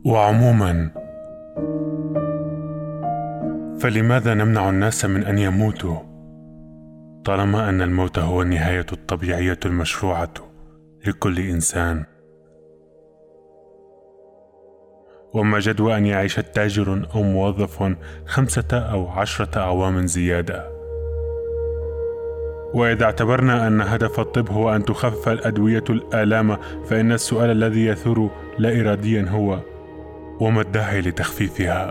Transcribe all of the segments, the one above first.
وعموما، فلماذا نمنع الناس من أن يموتوا طالما أن الموت هو النهاية الطبيعية المشروعة لكل إنسان؟ وما جدوى أن يعيش تاجر أو موظف 5 أو 10 أعوام زيادة؟ وإذا اعتبرنا أن هدف الطب هو أن تخفف الأدوية الآلام، فإن السؤال الذي يثور لا إراديا هو: وما الداعي لتخفيفها؟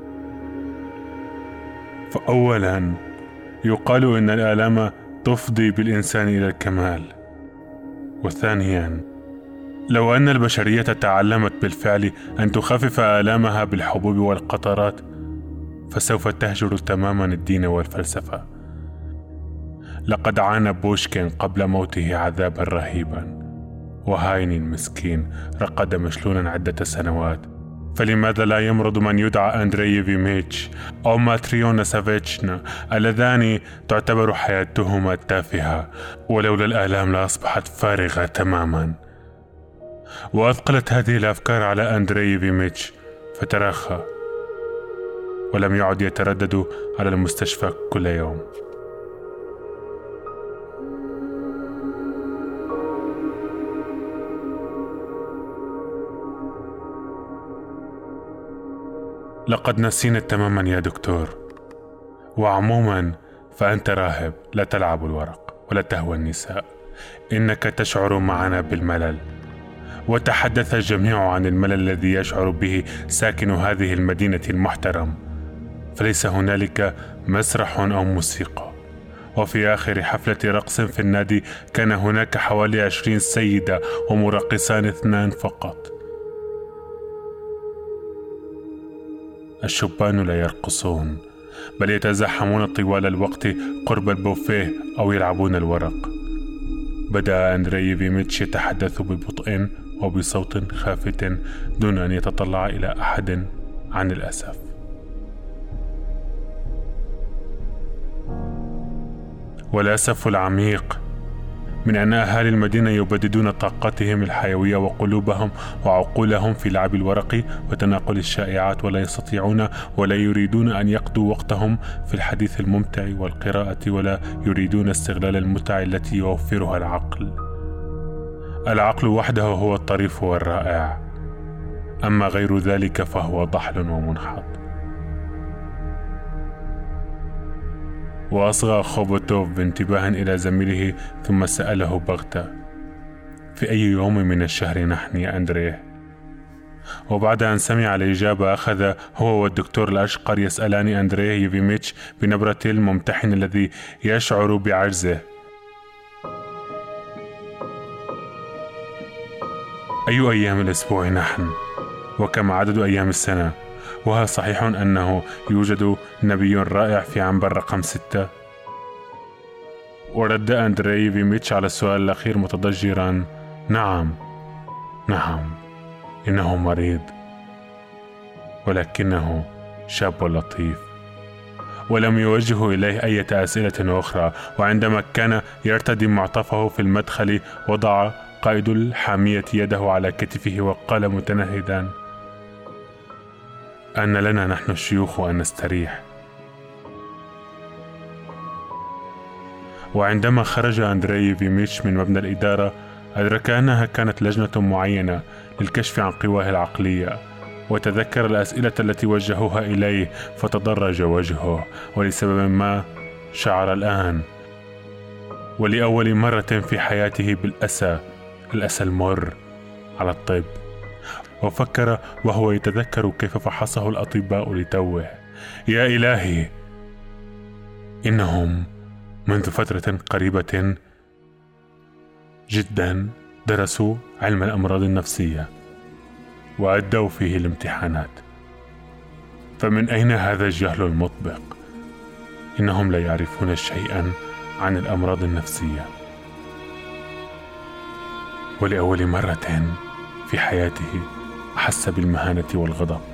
فأولا، يقال إن الآلام تفضي بالإنسان إلى الكمال. وثانيا، لو أن البشرية تعلمت بالفعل أن تخفف آلامها بالحبوب والقطرات، فسوف تهجر تماما الدين والفلسفة. لقد عانى بوشكين قبل موته عذابا رهيبا، وهاين المسكين رقد مشلولا عدة سنوات. فلماذا لا يمرض من يدعى أندري ييفيميتش أو ماتريونا سافيتشنا اللذان تعتبر حياتهما تافهة، ولولا الآلام لأصبحت فارغة تماما؟ وأثقلت هذه الأفكار على أندري ييفيميتش، فتراخى ولم يعد يتردد على المستشفى كل يوم. لقد نسينا تماما يا دكتور. وعموما، فأنت راهب، لا تلعب الورق ولا تهوى النساء. إنك تشعر معنا بالملل، وتحدث الجميع عن الملل الذي يشعر به ساكن هذه المدينة المحترم. فليس هنالك مسرح أو موسيقى، وفي آخر حفلة رقص في النادي كان هناك حوالي 20 سيدة ومرقصان 2 فقط. الشبان لا يرقصون، بل يتزاحمون طوال الوقت قرب البوفيه أو يلعبون الورق. بدأ أندري ييفيميتش يتحدث ببطء وبصوت خافت دون أن يتطلع إلى أحد عن الأسف. والأسف العميق من أن أهالي المدينة يبددون طاقتهم الحيوية وقلوبهم وعقولهم في لعب الورق وتناقل الشائعات، ولا يستطيعون ولا يريدون أن يقضوا وقتهم في الحديث الممتع والقراءة، ولا يريدون استغلال المتع التي يوفرها العقل. العقل وحده هو الطريف والرائع، أما غير ذلك فهو ضحل ومنحط. وأصغى خوبوتوف بانتباه إلى زميله ثم سأله بغتة: في أي يوم من الشهر نحن يا أندريه؟ وبعد أن سمع الإجابة أخذ هو والدكتور الأشقر يسألان أندريه ييفيميتش بنبرة الممتحن الذي يشعر بعجزه: أي أيام الأسبوع نحن؟ وكم عدد أيام السنة؟ وهل صحيح أنه يوجد نبي رائع في عنبر رقم 6؟ ورد أندري ييفيميتش على السؤال الأخير متضجرا: نعم، إنه مريض، ولكنه شاب لطيف. ولم يوجه إليه أي أسئلة أخرى. وعندما كان يرتدي معطفه في المدخل، وضع قائد الحامية يده على كتفه وقال متنهدا: أن لنا نحن الشيوخ أن نستريح. وعندما خرج أندري ييفيميتش من مبنى الإدارة، أدرك أنها كانت لجنة معينة للكشف عن قواه العقلية، وتذكر الأسئلة التي وجهوها إليه فتضرج وجهه، ولسبب ما شعر الآن ولأول مرة في حياته بالأسى المر على الطب. وفكر وهو يتذكر كيف فحصه الأطباء لتوه: يا إلهي، إنهم منذ فترة قريبة جدا درسوا علم الأمراض النفسية وأدوا فيه الامتحانات، فمن أين هذا الجهل المطبق؟ إنهم لا يعرفون شيئا عن الأمراض النفسية. ولأول مرة في حياته أحس بالمهانة والغضب.